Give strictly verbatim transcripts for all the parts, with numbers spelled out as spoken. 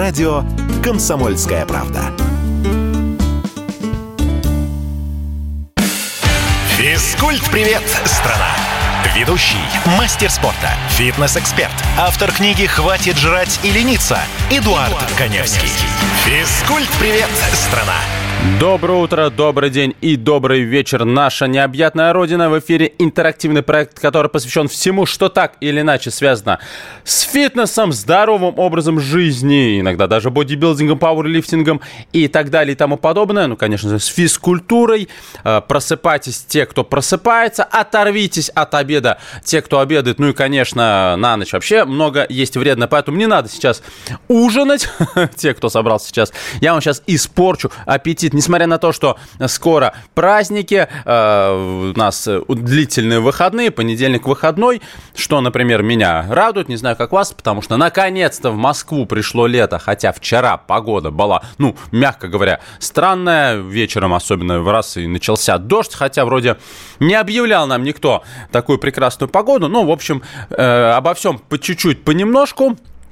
радио «Комсомольская правда». Физкульт-привет, страна! Ведущий, мастер спорта, фитнес-эксперт, автор книги «Хватит жрать и лениться» Эдуард, Эдуард Коневский. Физкульт-привет, страна! Доброе утро, добрый день и добрый вечер. Наша необъятная родина. В эфире интерактивный проект, который посвящен всему, что так или иначе связано с фитнесом, здоровым образом жизни, иногда даже бодибилдингом, пауэрлифтингом и так далее и тому подобное. Ну, конечно же, с физкультурой. Просыпайтесь, те, кто просыпается, оторвитесь от обеда, те, кто обедает. Ну и, конечно, на ночь вообще много есть вредно, поэтому не надо сейчас ужинать, те, кто собрался сейчас. Я вам сейчас испорчу аппетит. Несмотря на то, что скоро праздники, э, у нас длительные выходные, понедельник выходной, что, например, меня радует, не знаю, как вас, потому что наконец-то в Москву пришло лето, хотя вчера погода была, ну, мягко говоря, странная, вечером особенно в раз и начался дождь, хотя вроде не объявлял нам никто такую прекрасную погоду, ну, в общем, э, обо всем по чуть-чуть, понемножку.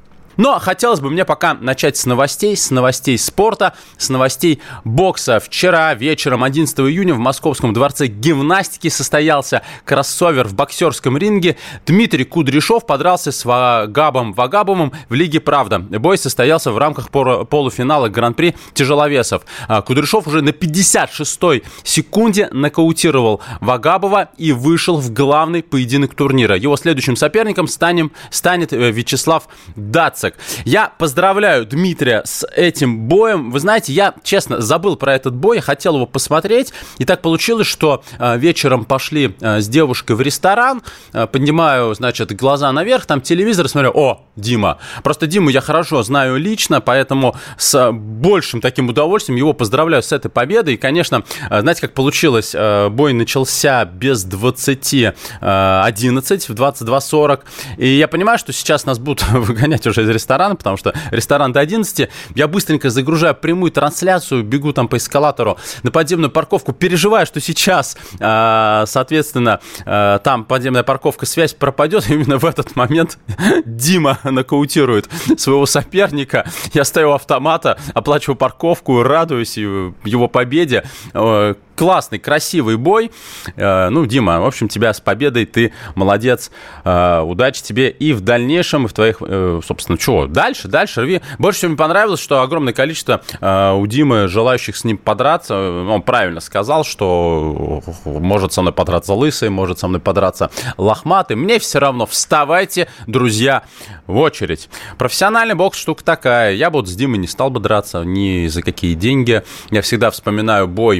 Но хотелось бы мне пока начать с новостей, с новостей спорта, с новостей бокса. Вчера вечером, одиннадцатого июня, в Московском дворце гимнастики состоялся кроссовер в боксерском ринге. Дмитрий Кудряшов подрался с Вагабом Вагабовым в Лиге Правда. Бой состоялся в рамках полуфинала Гран-при тяжеловесов. Кудряшов уже на пятьдесят шестой секунде нокаутировал Вагабова и вышел в главный поединок турнира. Его следующим соперником станем, станет Вячеслав Дацик. Я поздравляю Дмитрия с этим боем. Вы знаете, я, честно, забыл про этот бой, хотел его посмотреть. И так получилось, что э, вечером пошли э, с девушкой в ресторан. Э, поднимаю, значит, глаза наверх, там телевизор, смотрю, о, Дима. Просто Диму я хорошо знаю лично, поэтому с большим таким удовольствием его поздравляю с этой победой. И, конечно, э, знаете, как получилось, э, бой начался без двадцати одиннадцать, в двадцать два сорок. И я понимаю, что сейчас нас будут выгонять уже из ресторана, потому что ресторан до одиннадцати. Я быстренько загружаю прямую трансляцию, бегу там по эскалатору на подземную парковку, переживаю, что сейчас, соответственно, там подземная парковка, связь пропадет. Именно в этот момент Дима нокаутирует своего соперника. Я стою у автомата, оплачиваю парковку, радуюсь его победе. Классный, красивый бой. Ну, Дима, в общем, тебя с победой, ты молодец. Удачи тебе и в дальнейшем, и в твоих, собственно, что, дальше, дальше рви. Больше всего мне понравилось, что огромное количество у Димы желающих с ним подраться. Он правильно сказал, что может со мной подраться лысый, может со мной подраться лохматый. Мне все равно, вставайте, друзья, в очередь. Профессиональный бокс штука такая. Я бы вот с Димой не стал бы драться ни за какие деньги. Я всегда вспоминаю бой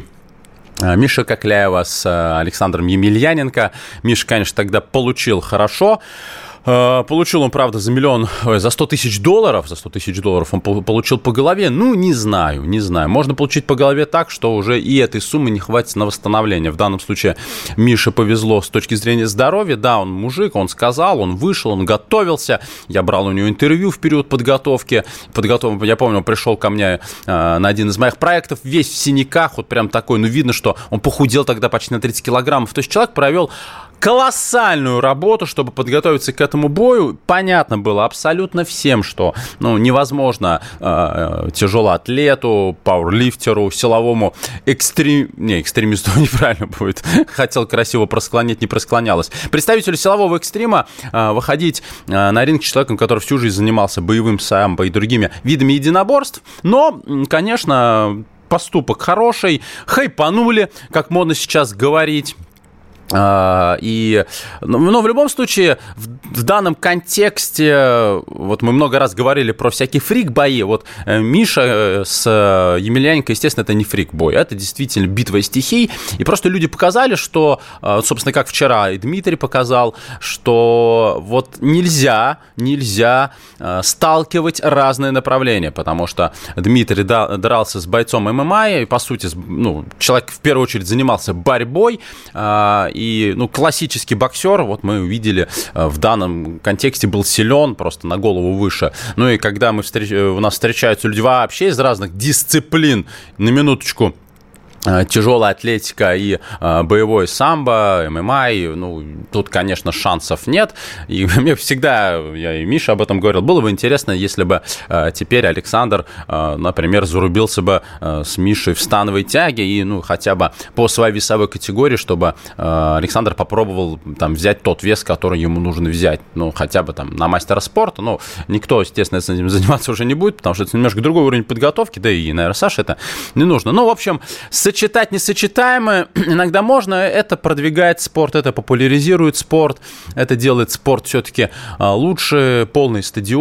Миши Кокляева с Александром Емельяненко. Миша, конечно, тогда получил хорошо. Получил он, правда, за миллион, ой, за сто тысяч долларов, за сто тысяч долларов он получил по голове. Ну, не знаю, не знаю. Можно получить по голове так, что уже и этой суммы не хватит на восстановление. В данном случае Мише повезло с точки зрения здоровья. Да, он мужик, он сказал, он вышел, он готовился. Я брал у него интервью в период подготовки. Подготов... Я помню, он пришел ко мне э, на один из моих проектов, весь в синяках, вот прям такой, ну, видно, что он похудел тогда почти на тридцать килограммов. То есть человек провел колоссальную работу, чтобы подготовиться к этому бою. Понятно было абсолютно всем, что ну, невозможно э, тяжелоатлету, пауэрлифтеру, силовому экстрем... Не, экстремисту неправильно будет. Хотел красиво просклонять, не просклонялось. Представителю силового экстрима э, выходить э, на ринг с человеком, который всю жизнь занимался боевым самбо и другими видами единоборств. Но, конечно, поступок хороший. Хайпанули, как модно сейчас говорить. И, но в любом случае, в, в данном контексте, вот мы много раз говорили про всякие фрик-бои, вот Миша с Емельяненко, естественно, это не фрик-бой, это действительно битва стихий, и просто люди показали, что, собственно, как вчера и Дмитрий показал, что вот нельзя, нельзя сталкивать разные направления, потому что Дмитрий дрался с бойцом эм эм а, и, по сути, ну, человек в первую очередь занимался борьбой, и, ну, классический боксер, вот мы увидели, в данном контексте был силен, просто на голову выше. Ну и когда мы встреч... у нас встречаются люди вообще из разных дисциплин, на минуточку, тяжелая атлетика и э, боевое самбо, эм эм а, ну, тут, конечно, шансов нет. И мне всегда, я и Миша об этом говорил, было бы интересно, если бы э, теперь Александр, э, например, зарубился бы э, с Мишей в становой тяге и, ну, хотя бы по своей весовой категории, чтобы э, Александр попробовал там взять тот вес, который ему нужно взять, ну, хотя бы там на мастера спорта. Ну, никто, естественно, этим заниматься уже не будет, потому что это немножко другой уровень подготовки, да и, наверное, Саше это не нужно. Ну, в общем, с Сочетать несочетаемое иногда можно, это продвигает спорт, это популяризирует спорт, это делает спорт все-таки лучше, полные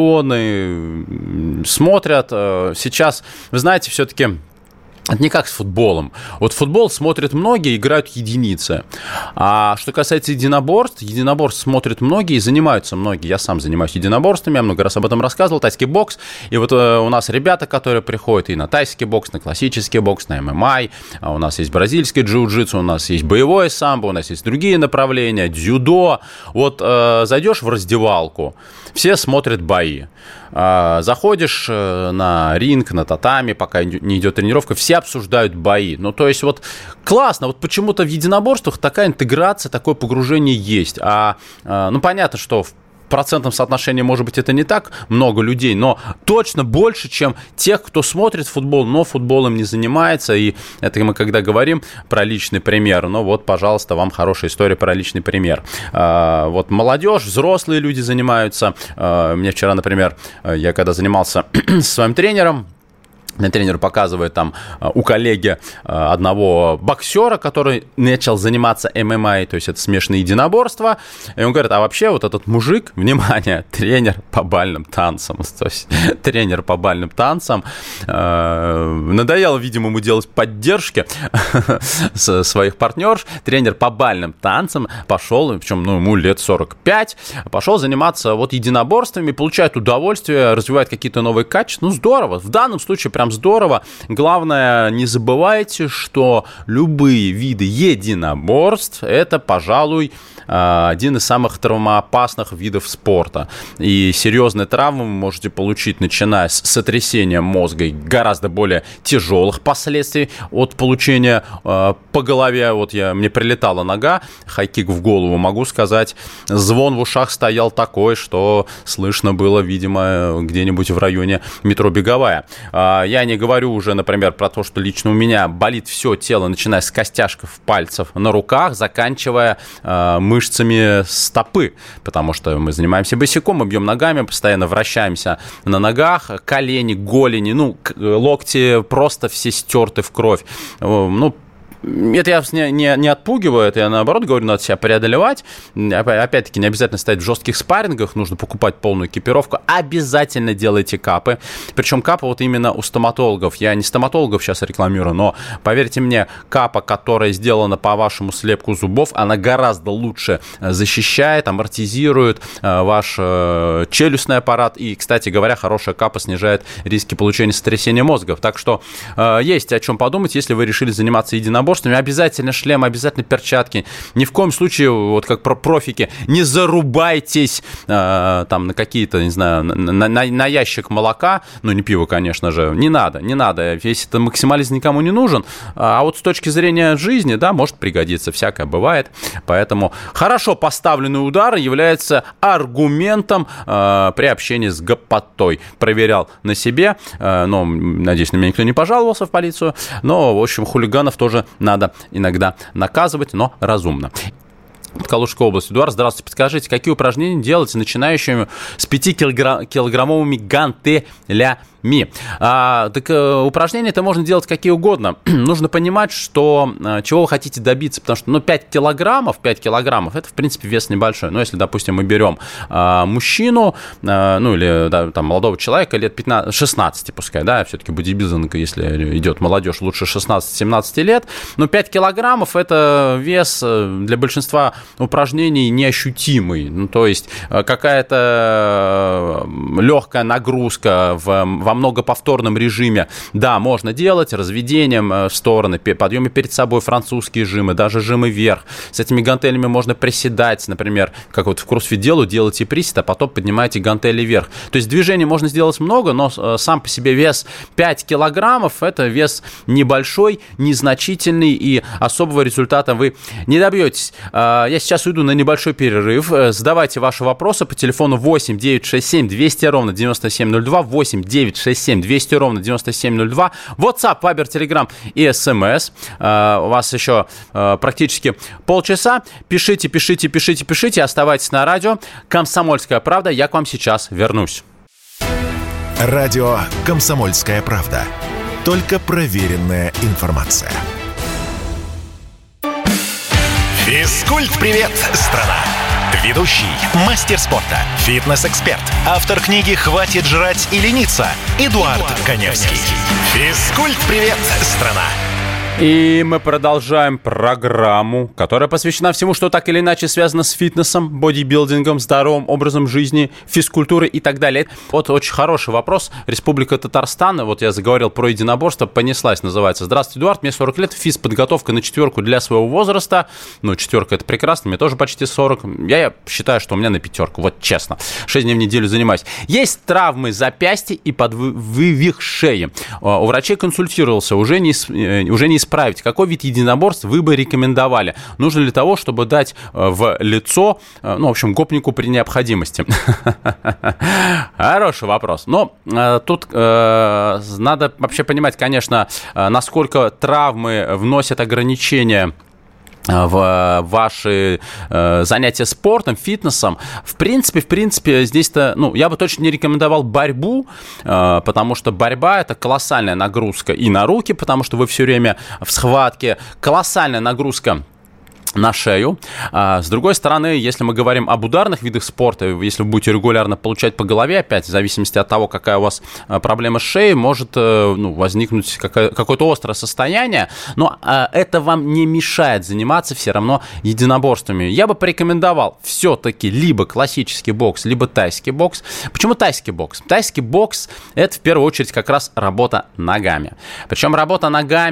стадионы смотрят. Сейчас, вы знаете, все-таки это не как с футболом. Вот футбол смотрят многие, играют единицы. А что касается единоборств, единоборств смотрят многие, занимаются многие. Я сам занимаюсь единоборствами, я много раз об этом рассказывал, тайский бокс. И вот э, у нас ребята, которые приходят и на тайский бокс, на классический бокс, на эм эм а, а у нас есть бразильский джиу-джитсу, у нас есть боевое самбо, у нас есть другие направления, дзюдо. Вот э, зайдешь в раздевалку, все смотрят бои. Э, заходишь на ринг, на татами, пока не идет тренировка, все обсуждают бои. Ну, то есть, вот классно, вот почему-то в единоборствах такая интеграция, такое погружение есть. А, ну, понятно, что в процентном соотношении, может быть, это не так много людей, но точно больше, чем тех, кто смотрит футбол, но футболом не занимается. И это мы когда говорим про личный пример, ну вот, пожалуйста, вам хорошая история про личный пример. Вот молодежь, взрослые люди занимаются. Мне вчера, например, я когда занимался со своим тренером, мне тренер показывает там у коллеги одного боксера, который начал заниматься эм эм а, то есть это смешанное единоборство. И он говорит, а вообще вот этот мужик, внимание, тренер по бальным танцам, то есть тренер по бальным танцам, надоело, видимо, ему делать поддержки своих партнерш. Тренер по бальным танцам пошел, причем ну, ему лет сорок пять, пошел заниматься вот единоборствами, получает удовольствие, развивает какие-то новые качества. Ну, здорово. В данном случае прям здорово. Главное, не забывайте, что любые виды единоборств – это, пожалуй, один из самых травмоопасных видов спорта. И серьезные травмы вы можете получить, начиная с сотрясения мозга и гораздо более тяжелых последствий от получения э, по голове. Вот я, мне прилетала нога, хайкик в голову, могу сказать, звон в ушах стоял такой, что слышно было, видимо, где-нибудь в районе метро Беговая. Э, я не говорю уже, например, про то, что лично у меня болит все тело, начиная с костяшков пальцев на руках, заканчивая э, мышцами стопы, потому что мы занимаемся босиком, мы бьем ногами, постоянно вращаемся на ногах, колени, голени, ну, локти просто все стерты в кровь. Ну, это я не, не, не отпугиваю, это я наоборот говорю, надо себя преодолевать. Опять-таки, не обязательно стоять в жестких спаррингах, нужно покупать полную экипировку. Обязательно делайте капы. Причем капы вот именно у стоматологов. Я не стоматологов сейчас рекламирую, но поверьте мне, капа, которая сделана по вашему слепку зубов, она гораздо лучше защищает, амортизирует ваш челюстный аппарат. И, кстати говоря, хорошая капа снижает риски получения сотрясения мозга. Так что есть о чем подумать, если вы решили заниматься единоборством. Обязательно шлем, обязательно перчатки. Ни в коем случае, вот как про профики, не зарубайтесь э, там на какие-то, не знаю, на, на, на ящик молока, ну не пиво, конечно же, не надо, не надо. Весь этот максимализм никому не нужен. А вот с точки зрения жизни, да, может пригодиться, всякое бывает. Поэтому хорошо поставленный удар является аргументом э, при общении с гопотой. Проверял на себе, э, но, надеюсь, на меня никто не пожаловался в полицию, но, в общем, хулиганов тоже надо иногда наказывать, но разумно. Калужская область. Эдуард, здравствуйте. Подскажите, какие упражнения делать начинающими с пятикилограммовыми гантелями? А, так упражнения-то можно делать какие угодно. Нужно понимать, что чего вы хотите добиться, потому что ну, пять килограммов, пять килограммов, это, в принципе, вес небольшой. Но если, допустим, мы берем а, мужчину, а, ну, или да, там, молодого человека лет пятнадцать, шестнадцать, пускай, да, все-таки бодибилдинг, если идет молодежь, лучше шестнадцать-семнадцать лет, но пять килограммов – это вес для большинства упражнений неощутимый. Ну, то есть какая-то легкая нагрузка в, во многоповторном режиме, да, можно делать, разведением в стороны, подъемы перед собой, французские жимы, даже жимы вверх. С этими гантелями можно приседать, например, как вот в кроссфит делу, делаете присед, а потом поднимаете гантели вверх. То есть движений можно сделать много, но сам по себе вес пять килограммов, это вес небольшой, незначительный, и особого результата вы не добьетесь. Я сейчас уйду на небольшой перерыв. Задавайте ваши вопросы по телефону восемь девятьсот шестьдесят семь двести ровно девяносто семь ноль два, восемь девятьсот шестьдесят семь двести ровно девяносто семь ноль два, WhatsApp, Viber, Telegram и эс эм эс. У вас еще практически полчаса. Пишите, пишите, пишите, пишите, оставайтесь на радио. «Комсомольская правда», я к вам сейчас вернусь. Радио «Комсомольская правда». Только проверенная информация. Физкульт-привет, страна! Ведущий, мастер спорта, фитнес-эксперт, автор книги «Хватит жрать и лениться» Эдуард, Эдуард Коневский. Физкульт-привет, страна! И мы продолжаем программу, которая посвящена всему, что так или иначе связано с фитнесом, бодибилдингом, здоровым образом жизни, физкультурой и так далее. Вот очень хороший вопрос. Республика Татарстан, вот я заговорил про единоборство, понеслась, называется. Здравствуйте, Эдуард, мне сорок лет, физподготовка на четверку для своего возраста. Ну, четверка — это прекрасно, мне тоже почти сорок. Я считаю, что у меня на пятерку, вот честно. шесть дней в неделю занимаюсь. Есть травмы запястья и подвывих шеи. У врачей консультировался, уже не, уже не исправить. Какой вид единоборств вы бы рекомендовали? Нужно ли того, чтобы дать в лицо, ну, в общем, гопнику при необходимости? Хороший вопрос. Но тут надо вообще понимать, конечно, насколько травмы вносят ограничения в ваши э, занятия спортом, фитнесом. В принципе, в принципе, здесь-то, ну, я бы точно не рекомендовал борьбу, э, потому что борьба — это колоссальная нагрузка и на руки, потому что вы все время в схватке, колоссальная нагрузка на шею. А с другой стороны, если мы говорим об ударных видах спорта, если вы будете регулярно получать по голове, опять в зависимости от того, какая у вас проблема с шеей, может ну, возникнуть какое-то острое состояние, но это вам не мешает заниматься все равно единоборствами. Я бы порекомендовал все-таки либо классический бокс, либо тайский бокс. Почему тайский бокс? Тайский бокс — это в первую очередь как раз работа ногами. Причем работа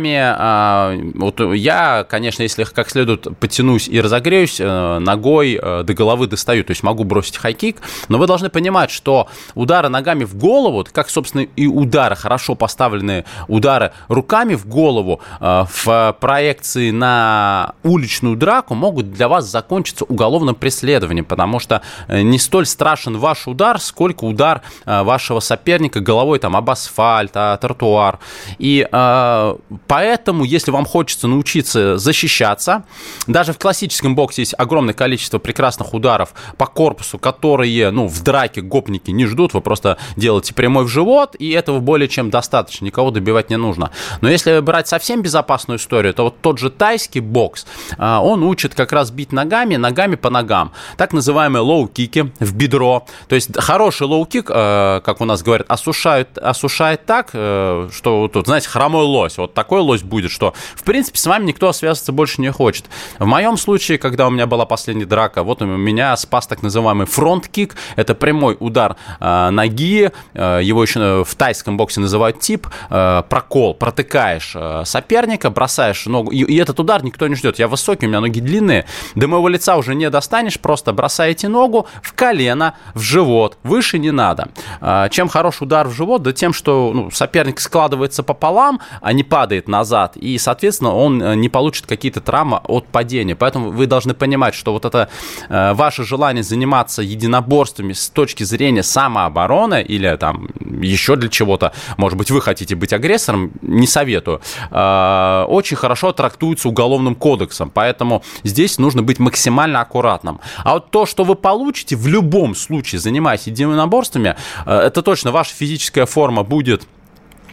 ногами, вот я, конечно, если как следует тянусь и разогреюсь, ногой до головы достаю, то есть могу бросить хай-кик, но вы должны понимать, что удары ногами в голову, как, собственно, и удары, хорошо поставленные удары руками в голову в проекции на уличную драку могут для вас закончиться уголовным преследованием, потому что не столь страшен ваш удар, сколько удар вашего соперника головой там об асфальт, о тротуар. И поэтому, если вам хочется научиться защищаться, даже в классическом боксе есть огромное количество прекрасных ударов по корпусу, которые, ну, в драке гопники не ждут, вы просто делаете прямой в живот, и этого более чем достаточно, никого добивать не нужно. Но если брать совсем безопасную историю, то вот тот же тайский бокс, он учит как раз бить ногами, ногами по ногам. Так называемые лоу-кики в бедро. То есть хороший лоу-кик, как у нас говорят, осушает, осушает так, что тут, знаете, хромой лось. Вот такой лось будет, что, в принципе, с вами никто связываться больше не хочет. В моем случае, когда у меня была последняя драка, вот у меня спас так называемый фронт-кик. Это прямой удар э, ноги, э, его еще в тайском боксе называют тип, э, прокол, протыкаешь э, соперника, бросаешь ногу, и, и этот удар никто не ждет. Я высокий, у меня ноги длинные, до моего лица уже не достанешь, просто бросаете ногу в колено, в живот, выше не надо. Э, чем хороший удар в живот? Да тем, что ну, соперник складывается пополам, а не падает назад, и, соответственно, он не получит какие-то травмы от падения. Поэтому вы должны понимать, что вот это э, ваше желание заниматься единоборствами с точки зрения самообороны или там еще для чего-то, может быть, вы хотите быть агрессором, не советую, э, очень хорошо трактуется уголовным кодексом, поэтому здесь нужно быть максимально аккуратным. А вот то, что вы получите в любом случае, занимаясь единоборствами, э, это точно ваша физическая форма будет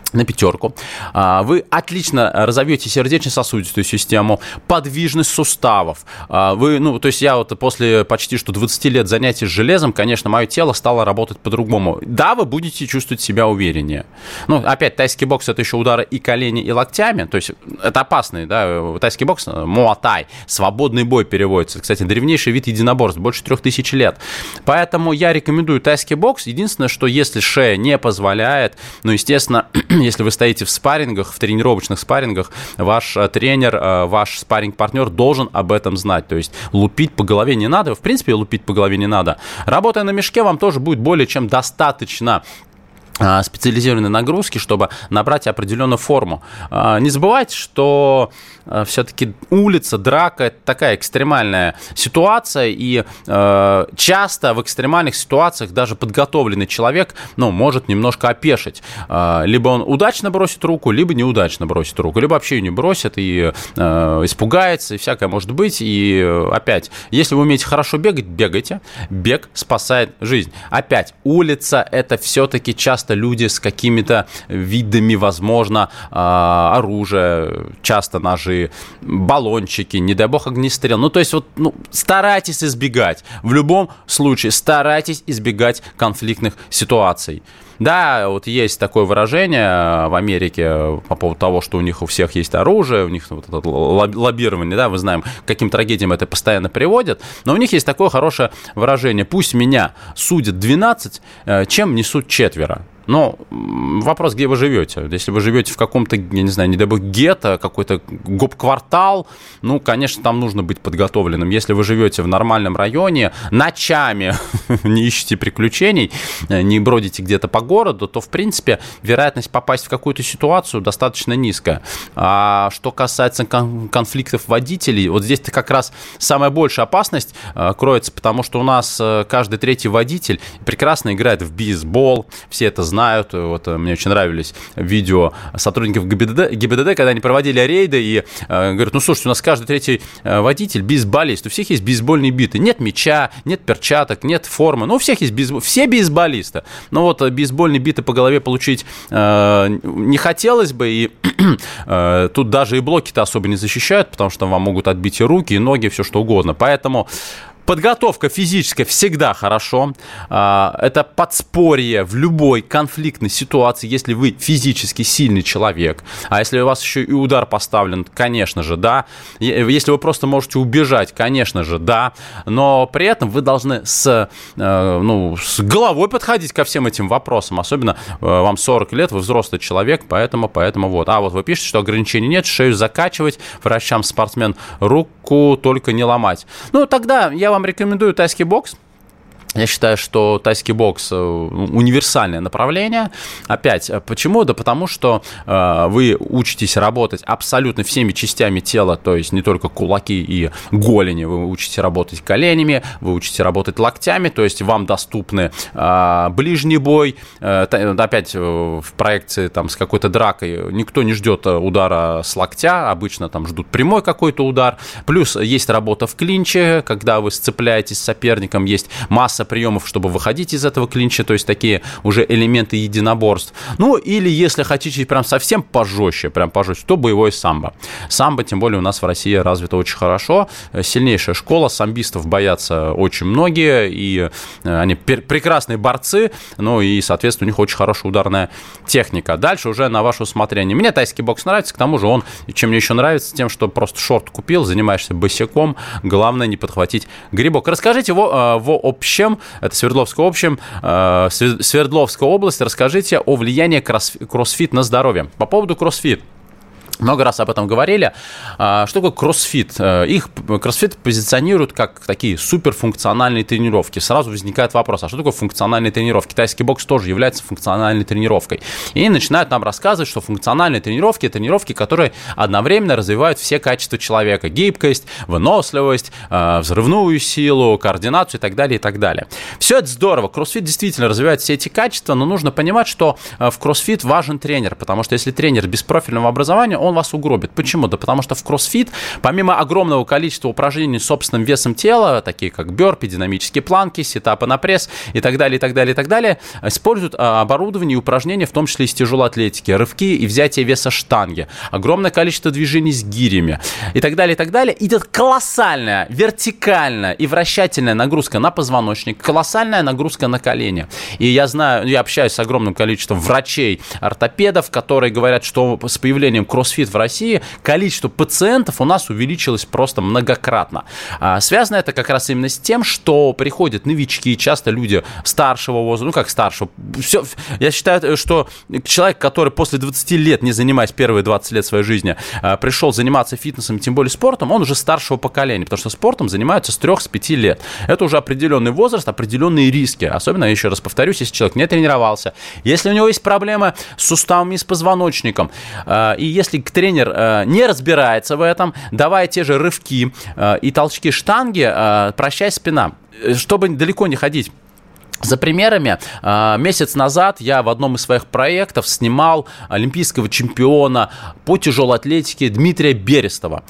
на пятерку. Вы отлично разовьете сердечно-сосудистую систему, подвижность суставов. Вы, ну, то есть я вот после почти что двадцати лет занятий с железом, конечно, мое тело стало работать по-другому. Да, вы будете чувствовать себя увереннее. Ну, опять, тайский бокс – это еще удары и колени, и локтями. То есть это опасный, да, тайский бокс, муай-тай, свободный бой переводится. Кстати, древнейший вид единоборств, больше трех тысяч лет. Поэтому я рекомендую тайский бокс. Единственное, что если шея не позволяет, ну, естественно, если вы стоите в спаррингах, в тренировочных спаррингах, ваш тренер, ваш спарринг-партнер должен об этом знать. То есть лупить по голове не надо. В принципе, лупить по голове не надо. Работая на мешке, вам тоже будет более чем достаточно специализированные нагрузки, чтобы набрать определенную форму. Не забывайте, что все-таки улица, драка – это такая экстремальная ситуация, и часто в экстремальных ситуациях даже подготовленный человек, ну, может немножко опешить. Либо он удачно бросит руку, либо неудачно бросит руку, либо вообще ее не бросит и испугается, и всякое может быть. И опять, если вы умеете хорошо бегать, бегайте. Бег спасает жизнь. Опять, улица – это все-таки часто люди с какими-то видами, возможно, оружия, часто ножи, баллончики, не дай бог огнестрел. Ну, то есть, вот, ну, старайтесь избегать. В любом случае, старайтесь избегать конфликтных ситуаций. Да, вот есть такое выражение в Америке по поводу того, что у них у всех есть оружие, у них вот это лоббирование, да, мы знаем, к каким трагедиям это постоянно приводит, но у них есть такое хорошее выражение: пусть меня судят двенадцать, чем несут четверо. Но вопрос, где вы живете. Если вы живете в каком-то, я не знаю, не дай бог, гетто, какой-то гоп-квартал, ну, конечно, там нужно быть подготовленным. Если вы живете в нормальном районе, ночами не ищете приключений, не бродите где-то по городу, то, в принципе, вероятность попасть в какую-то ситуацию достаточно низкая. А что касается кон- конфликтов водителей, вот здесь-то как раз самая большая опасность э, кроется, потому что у нас э, каждый третий водитель прекрасно играет в бейсбол, все это знают. Знают, вот мне очень нравились видео сотрудников ГИБДД, ГИБДД, когда они проводили рейды и э, говорят: ну, слушайте, у нас каждый третий э, водитель бейсболист, у всех есть бейсбольные биты, нет мяча, нет перчаток, нет формы, но у всех есть бейсбол, все бейсболисты. Но вот бейсбольные биты по голове получить э, не хотелось бы, и э, тут даже и блоки-то особо не защищают, потому что вам могут отбить и руки, и ноги, все что угодно. Поэтому подготовка физическая всегда хорошо. Это подспорье в любой конфликтной ситуации, если вы физически сильный человек. А если у вас еще и удар поставлен, конечно же, да. Если вы просто можете убежать, конечно же, да. Но при этом вы должны с, ну, с головой подходить ко всем этим вопросам. Особенно вам сорок лет, вы взрослый человек, поэтому, поэтому вот. А вот вы пишете, что ограничений нет, шею закачивать, врачам спортсмен руку только не ломать. Ну, тогда я вам рекомендую тайский бокс. Я считаю, что тайский бокс универсальное направление. Опять, почему? Да потому что э, вы учитесь работать абсолютно всеми частями тела, то есть не только кулаки и голени. Вы учитесь работать коленями, вы учитесь работать локтями, то есть вам доступны э, ближний бой. Э, опять в проекции там, с какой-то дракой никто не ждет удара с локтя, обычно там ждут прямой какой-то удар. Плюс есть работа в клинче, когда вы сцепляетесь с соперником, есть масса приемов, чтобы выходить из этого клинча, то есть такие уже элементы единоборств. Ну, или если хотите прям совсем пожестче, прям пожестче, то боевое самбо. Самбо, тем более, у нас в России развито очень хорошо. Сильнейшая школа, самбистов боятся очень многие, и они пер- прекрасные борцы, ну и, соответственно, у них очень хорошая ударная техника. Дальше уже на ваше усмотрение. Мне тайский бокс нравится, к тому же он, чем мне еще нравится, тем, что просто шорт купил, занимаешься босиком, главное не подхватить грибок. Расскажите в, в общем, это Свердловская, общем, Свердловская область, расскажите о влиянии кроссфит на здоровье. По поводу кроссфит. Много раз об этом говорили. Что такое кроссфит? Их кроссфит позиционируют как такие суперфункциональные тренировки. Сразу возникает вопрос, а что такое функциональные тренировки? Китайский бокс тоже является функциональной тренировкой. И начинают нам рассказывать, что функциональные тренировки – это тренировки, которые одновременно развивают все качества человека. Гибкость, выносливость, взрывную силу, координацию и так далее, и так далее. Все это здорово. Кроссфит действительно развивает все эти качества, но нужно понимать, что в кроссфит важен тренер, потому что если тренер без профильного образования, он он вас угробит. Почему? Да потому что в кроссфит, помимо огромного количества упражнений с собственным весом тела, такие как бёрпи, динамические планки, сетапы на пресс и так далее, и так далее, и так далее, используют оборудование и упражнения, в том числе из тяжелой атлетики, рывки и взятие веса штанги, огромное количество движений с гирями и так далее, и так далее. Идет колоссальная, вертикальная и вращательная нагрузка на позвоночник, колоссальная нагрузка на колени. И я знаю, я общаюсь с огромным количеством врачей, ортопедов, которые говорят, что с появлением кроссфит в России количество пациентов у нас увеличилось просто многократно. А, связано это как раз именно с тем, что приходят новички, часто люди старшего возраста, ну как старшего, все, я считаю, что человек, который после двадцати лет, не занимаясь первые двадцать лет своей жизни, пришел заниматься фитнесом, тем более спортом, он уже старшего поколения, потому что спортом занимаются с трёх-пяти лет. Это уже определенный возраст, определенные риски. Особенно, еще раз повторюсь, если человек не тренировался, если у него есть проблемы с суставами, с позвоночником, и если тренер не разбирается в этом, давая те же рывки и толчки штанги, прощай спина. Чтобы далеко не ходить за примерами, месяц назад я в одном из своих проектов снимал олимпийского чемпиона по тяжелой атлетике Дмитрия Берестова.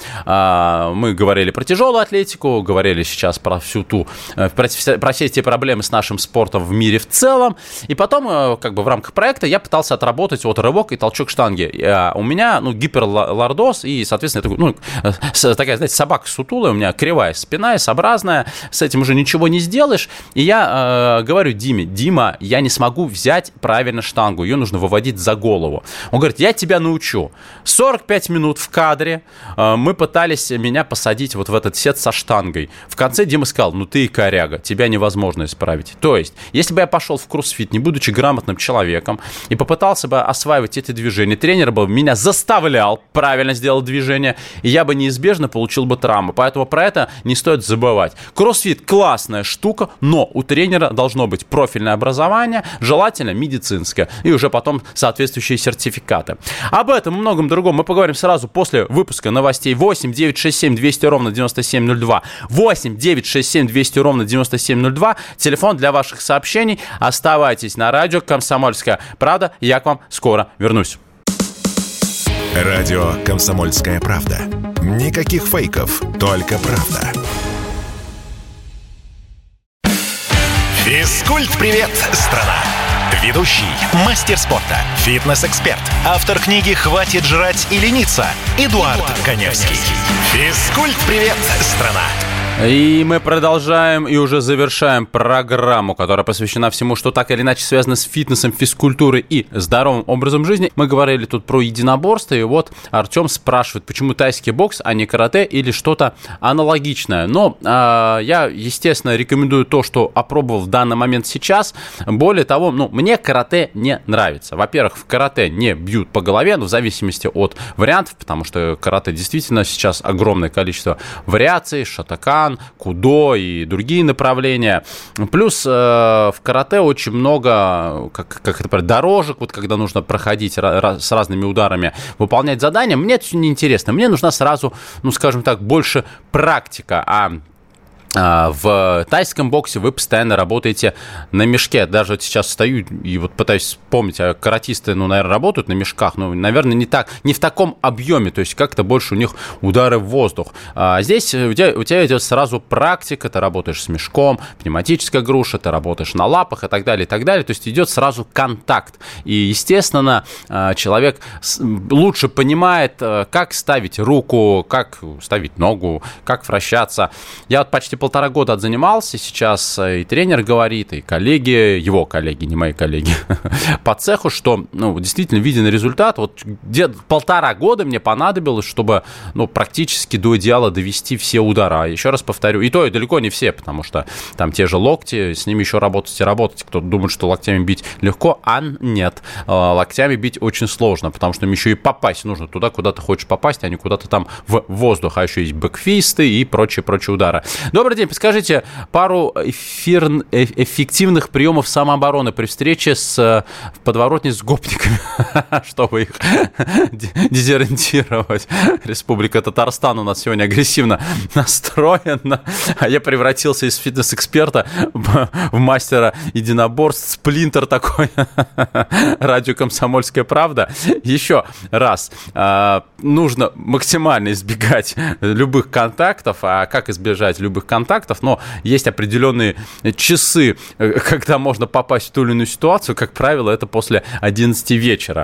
Мы говорили про тяжелую атлетику, говорили сейчас про всю ту, про все эти проблемы с нашим спортом в мире в целом. И потом, как бы в рамках проекта, я пытался отработать вот рывок и толчок штанги. У меня, ну, гиперлордоз и, соответственно, такой, ну, такая, знаете, собака сутулая, у меня кривая спина, S-образная, с этим уже ничего не сделаешь. И я говорю Диме: Дима, я не смогу взять правильно штангу, ее нужно выводить за голову. Он говорит: я тебя научу. сорок пять минут в кадре э, мы пытались меня посадить вот в этот сет со штангой. В конце Дима сказал: ну ты и коряга, тебя невозможно исправить. То есть, если бы я пошел в кроссфит, не будучи грамотным человеком, и попытался бы осваивать эти движения, тренер бы меня заставлял правильно сделать движение, и я бы неизбежно получил бы травму. Поэтому про это не стоит забывать. Кроссфит классная штука, но у тренера должно быть профильное образование, желательно медицинское, и уже потом соответствующие сертификаты. Об этом и многом другом мы поговорим сразу после выпуска новостей. Восемь девятьсот шестьдесят семь двести ровно девяносто семь ноль два. Восемь девятьсот шестьдесят семь двести ровно девяносто семь ноль два. Телефон для ваших сообщений. Оставайтесь на радио «Комсомольская правда». Я к вам скоро вернусь. Радио «Комсомольская правда». Никаких фейков, только правда. Физкульт-привет, страна! Ведущий, мастер спорта, фитнес-эксперт, автор книги «Хватит жрать и лениться» Эдуард, Эдуард Коневский. Физкульт-привет, страна! И мы продолжаем и уже завершаем программу, которая посвящена всему, что так или иначе связано с фитнесом, физкультурой и здоровым образом жизни. Мы говорили тут про единоборство, и вот Артем спрашивает, почему тайский бокс, а не карате или что-то аналогичное. Но э, я, естественно, рекомендую то, что опробовал в данный момент сейчас. Более того, ну, мне карате не нравится. Во-первых, в карате не бьют по голове, ну, в зависимости от вариантов, потому что карате действительно сейчас огромное количество вариаций, шатакан, кудо и другие направления. Плюс э, в карате очень много, как, как это говорят, дорожек, вот когда нужно проходить ra- с разными ударами, выполнять задания. Мне это все неинтересно. Мне нужна сразу, ну, скажем так, больше практика, а в тайском боксе вы постоянно работаете на мешке. Даже вот сейчас стою и вот пытаюсь вспомнить, а каратисты, ну, наверное, работают на мешках, но, наверное, не так, не в таком объеме, то есть как-то больше у них удары в воздух. А здесь у тебя, у тебя идет сразу практика, ты работаешь с мешком, пневматическая груша, ты работаешь на лапах и так далее, и так далее, то есть идет сразу контакт. И, естественно, человек лучше понимает, как ставить руку, как ставить ногу, как вращаться. Я вот почти полтора года отзанимался, сейчас и тренер говорит, и коллеги, его коллеги, не мои коллеги, по цеху, что, ну, действительно виден результат. Вот где-то полтора года мне понадобилось, чтобы, ну, практически до идеала довести все удара. Еще раз повторю, и то, и далеко не все, потому что там те же локти, с ними еще работать и работать. Кто-то думает, что локтями бить легко, а нет. Локтями бить очень сложно, потому что им еще и попасть нужно туда, куда ты хочешь попасть, а не куда-то там в воздух. А еще есть бэкфисты и прочие-прочие удары. Добрый Добрый день, подскажите пару эфир... эффективных приемов самообороны при встрече с подворотней с гопниками, чтобы их дезориентировать. Республика Татарстан у нас сегодня агрессивно настроена, а я превратился из фитнес-эксперта в мастера единоборств, сплинтер такой, радио «Комсомольская правда». Еще раз, нужно максимально избегать любых контактов. А как избежать любых контактов? Но есть определенные часы, когда можно попасть в ту или иную ситуацию. Как правило, это после одиннадцати вечера.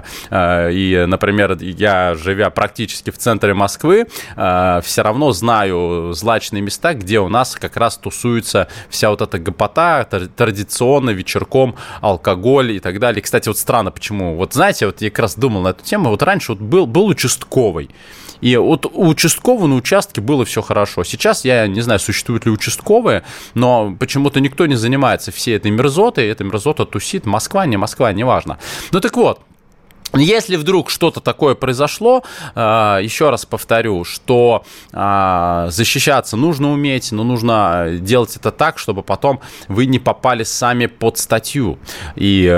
И, например, я, живя практически в центре Москвы, все равно знаю злачные места, где у нас как раз тусуется вся вот эта гопота, традиционно вечерком алкоголь и так далее. Кстати, вот странно, почему. Вот знаете, вот я как раз думал на эту тему. Вот раньше вот был, был участковый. И вот у участкового на участке было все хорошо. Сейчас я не знаю, существуют ли участковые, но почему-то никто не занимается всей этой мерзотой. Эта мерзота тусит. Москва, не Москва, неважно. Ну так вот. Если вдруг что-то такое произошло, еще раз повторю, что защищаться нужно уметь, но нужно делать это так, чтобы потом вы не попали сами под статью и,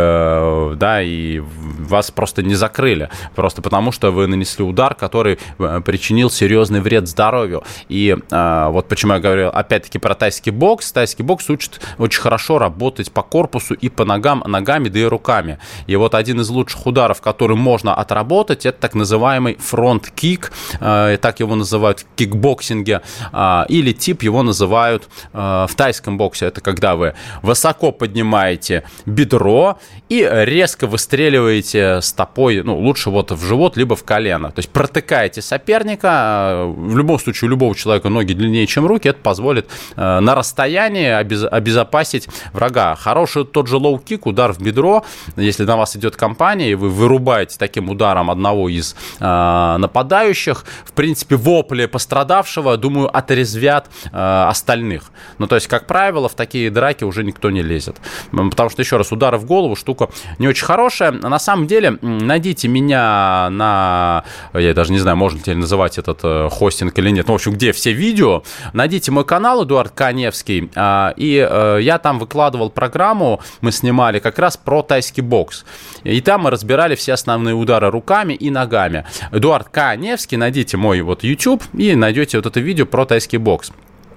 да, и вас просто не закрыли, просто потому что вы нанесли удар, который причинил серьезный вред здоровью. И вот почему я говорю опять-таки про тайский бокс. Тайский бокс учит очень хорошо работать по корпусу и по ногам, ногами, да и руками. И вот один из лучших ударов, который который можно отработать, это так называемый фронт-кик, э, так его называют в кикбоксинге, э, или тип его называют э, в тайском боксе. Это когда вы высоко поднимаете бедро и резко выстреливаете стопой, ну, лучше вот в живот, либо в колено. То есть протыкаете соперника, э, в любом случае у любого человека ноги длиннее, чем руки, это позволит э, на расстоянии обез- обезопасить врага. Хороший тот же лоу-кик, удар в бедро, если на вас идет компания, и вы вырубаете таким ударом одного из э, нападающих, в принципе, вопли пострадавшего, думаю, отрезвят э, остальных. Ну, то есть, как правило, в такие драки уже никто не лезет. Потому что, еще раз, удары в голову штука не очень хорошая. На самом деле, найдите меня на... Я даже не знаю, можно ли называть этот э, хостинг или нет. Ну, в общем, где все видео. Найдите мой канал, Эдуард Каневский. Э, и э, я там выкладывал программу, мы снимали как раз про тайский бокс. И там мы разбирали все основные удары руками и ногами. Эдуард Каневский, найдите мой вот YouTube и найдете вот это видео про тайский бокс.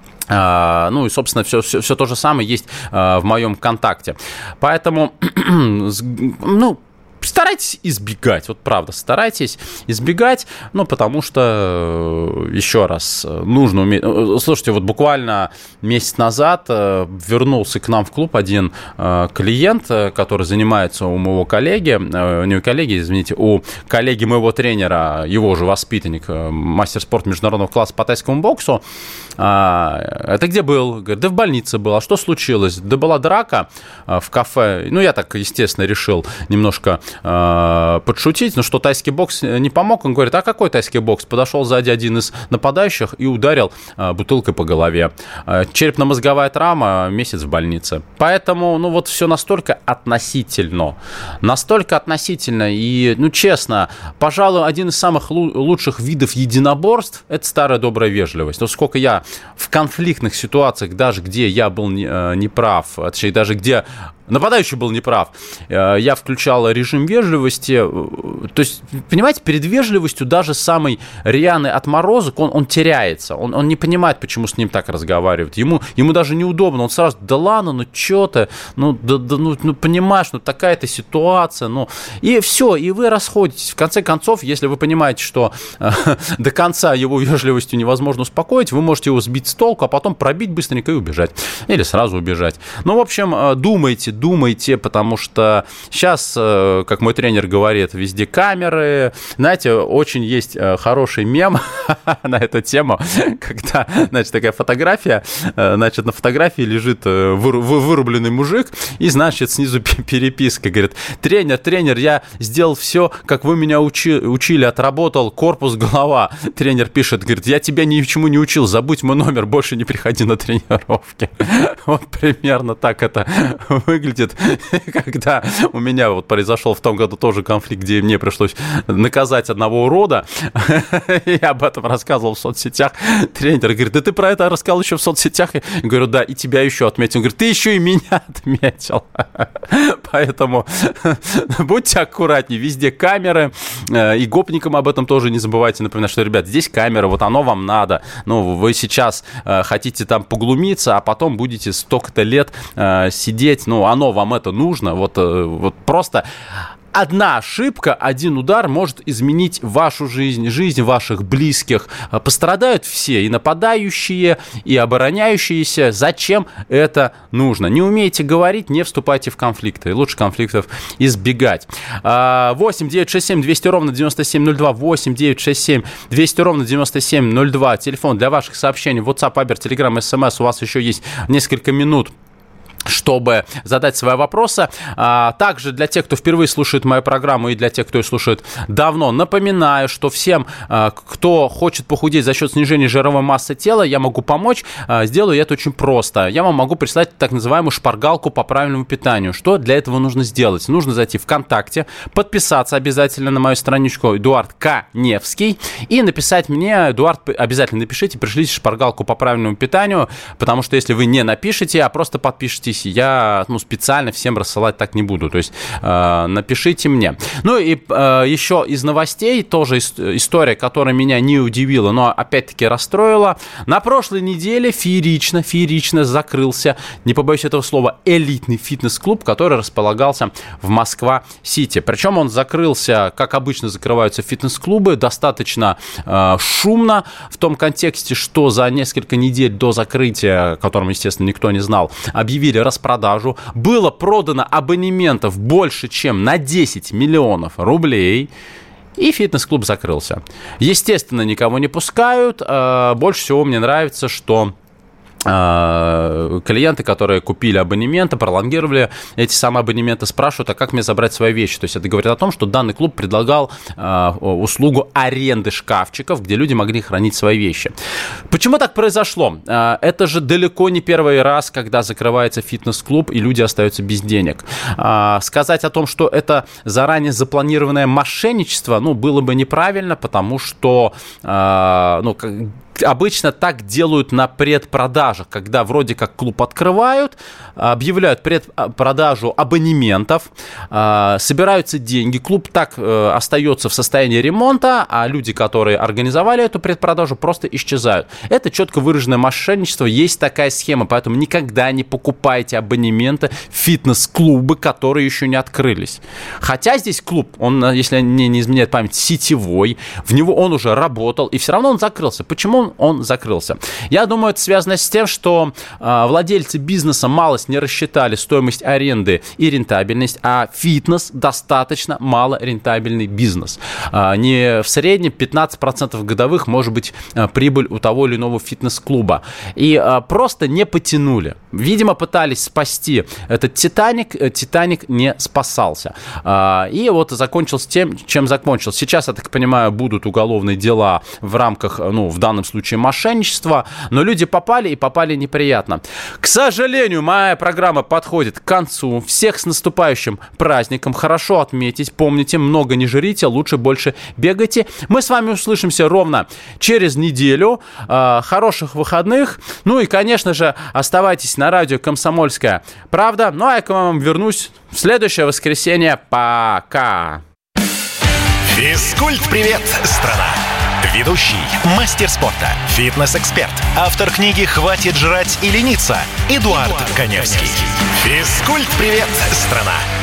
Uh, ну и, собственно, все, все, все то же самое есть uh, в моем контакте. Поэтому, ну, старайтесь избегать, вот правда, старайтесь избегать, ну, потому что, еще раз, нужно уметь... Слушайте, вот буквально месяц назад вернулся к нам в клуб один клиент, который занимается у моего коллеги, не у коллеги, извините, у коллеги моего тренера, его же воспитанник, мастер спорта международного класса по тайскому боксу. Это где был? Говорит, да в больнице был. А что случилось? Да была драка в кафе. Ну, я так, естественно, решил немножко подшутить, но что тайский бокс не помог. Он говорит, а какой тайский бокс? Подошел сзади один из нападающих и ударил бутылкой по голове. Черепно-мозговая травма, месяц в больнице. Поэтому, ну, вот все настолько относительно. Настолько относительно. И, ну, честно, пожалуй, один из самых лучших видов единоборств – это старая добрая вежливость. Но сколько я в конфликтных ситуациях, даже где я был неправ, точнее, даже где нападающий был неправ, я включал режим вежливости. То есть, понимаете, перед вежливостью даже самый рьяный отморозок, он, он теряется. Он, он не понимает, почему с ним так разговаривают. Ему, ему даже неудобно. Он сразу, да ладно, ну что ты, ну, да, да, ну, ну понимаешь, ну такая-то ситуация. Ну. И все, и вы расходитесь. В конце концов, если вы понимаете, что э, до конца его вежливостью невозможно успокоить, вы можете его сбить с толку, а потом пробить быстренько и убежать. Или сразу убежать. Ну, в общем, э, думайте, думайте, потому что сейчас, как мой тренер говорит, везде камеры. Знаете, очень есть хороший мем на эту тему, когда, значит, такая фотография, значит, на фотографии лежит вырубленный мужик, и, значит, снизу переписка, говорит, тренер, тренер, я сделал все, как вы меня учи, учили, отработал корпус, голова. Тренер пишет, говорит, я тебя ничему не учил, забудь мой номер, больше не приходи на тренировки. Вот примерно так это выглядит, когда у меня вот произошел в том году тоже конфликт, где мне пришлось наказать одного урода. Я об этом этом рассказывал в соцсетях. Тренер говорит, да ты про это рассказал еще в соцсетях. Я говорю, да, и тебя еще отметил. Он говорит, ты еще и меня отметил. Поэтому будьте аккуратнее, везде камеры. И гопникам об этом тоже не забывайте напоминать, что, ребят, здесь камера, вот оно вам надо. Ну, вы сейчас хотите там поглумиться, а потом будете столько-то лет сидеть. Ну, оно вам это нужно. Вот, вот просто... Одна ошибка, один удар может изменить вашу жизнь, жизнь ваших близких. Пострадают все, и нападающие, и обороняющиеся. Зачем это нужно? Не умеете говорить, не вступайте в конфликты. Лучше конфликтов избегать. восемь девятьсот шестьдесят семь двести ровно девяносто семь ноль два, восемь девятьсот шестьдесят семь двести ровно девяносто семь ноль два. Телефон для ваших сообщений, WhatsApp, Viber, Telegram, эс эм эс. У вас еще есть несколько минут, чтобы задать свои вопросы. Также для тех, кто впервые слушает мою программу, и для тех, кто ее слушает давно, напоминаю, что всем, кто хочет похудеть за счет снижения жировой массы тела, я могу помочь. Сделаю я это очень просто. Я вам могу прислать так называемую шпаргалку по правильному питанию. Что для этого нужно сделать? Нужно зайти в ВКонтакте, подписаться обязательно на мою страничку Эдуард Каневский и написать мне, Эдуард, обязательно напишите, пришлите шпаргалку по правильному питанию, потому что если вы не напишите, а просто подпишитесь, я ну, специально всем рассылать так не буду. То есть э, напишите мне. Ну и э, еще из новостей тоже история, которая меня не удивила, но опять-таки расстроила. На прошлой неделе феерично, феерично закрылся, не побоюсь этого слова, элитный фитнес-клуб, который располагался в Москва-Сити. Причем он закрылся, как обычно закрываются фитнес-клубы, достаточно э, шумно, в том контексте, что за несколько недель до закрытия, о котором, естественно, никто не знал, объявили распродажу. Было продано абонементов больше, чем на десять миллионов рублей. И фитнес-клуб закрылся. Естественно, никого не пускают. Больше всего мне нравится, что клиенты, которые купили абонементы, пролонгировали эти самые абонементы, спрашивают, а как мне забрать свои вещи? То есть это говорит о том, что данный клуб предлагал э, услугу аренды шкафчиков, где люди могли хранить свои вещи. Почему так произошло? Э, это же далеко не первый раз, когда закрывается фитнес-клуб и люди остаются без денег. Э, сказать о том, что это заранее запланированное мошенничество, ну, было бы неправильно, потому что, э, ну, обычно так делают на предпродажах, когда вроде как клуб открывают, объявляют предпродажу абонементов, собираются деньги, клуб так остается в состоянии ремонта, а люди, которые организовали эту предпродажу, просто исчезают. Это четко выраженное мошенничество, есть такая схема, поэтому никогда не покупайте абонементы в фитнес-клубы, которые еще не открылись. Хотя здесь клуб, он, если мне не изменяет память, сетевой, в него он уже работал, и все равно он закрылся. Почему он закрылся? Я думаю, это связано с тем, что э, владельцы бизнеса малость не рассчитали стоимость аренды и рентабельность, а фитнес достаточно малорентабельный бизнес. Э, не в среднем пятнадцать процентов годовых может быть э, прибыль у того или иного фитнес-клуба. И э, просто не потянули. Видимо, пытались спасти этот Титаник, э, Титаник не спасался. Э, и вот закончился тем, чем закончился. Сейчас, я так понимаю, будут уголовные дела в рамках, ну, в данном случае, случае мошенничества, но люди попали и попали неприятно. К сожалению, моя программа подходит к концу. Всех с наступающим праздником. Хорошо отметить. Помните, много не жрите, лучше больше бегайте. Мы с вами услышимся ровно через неделю. Хороших выходных. Ну и, конечно же, оставайтесь на радио «Комсомольская правда». Ну а я к вам вернусь в следующее воскресенье. Пока! Физкульт-привет, страна! Ведущий, мастер спорта, фитнес-эксперт, автор книги «Хватит жрать и лениться» Эдуард Каневский. Физкульт-привет, страна!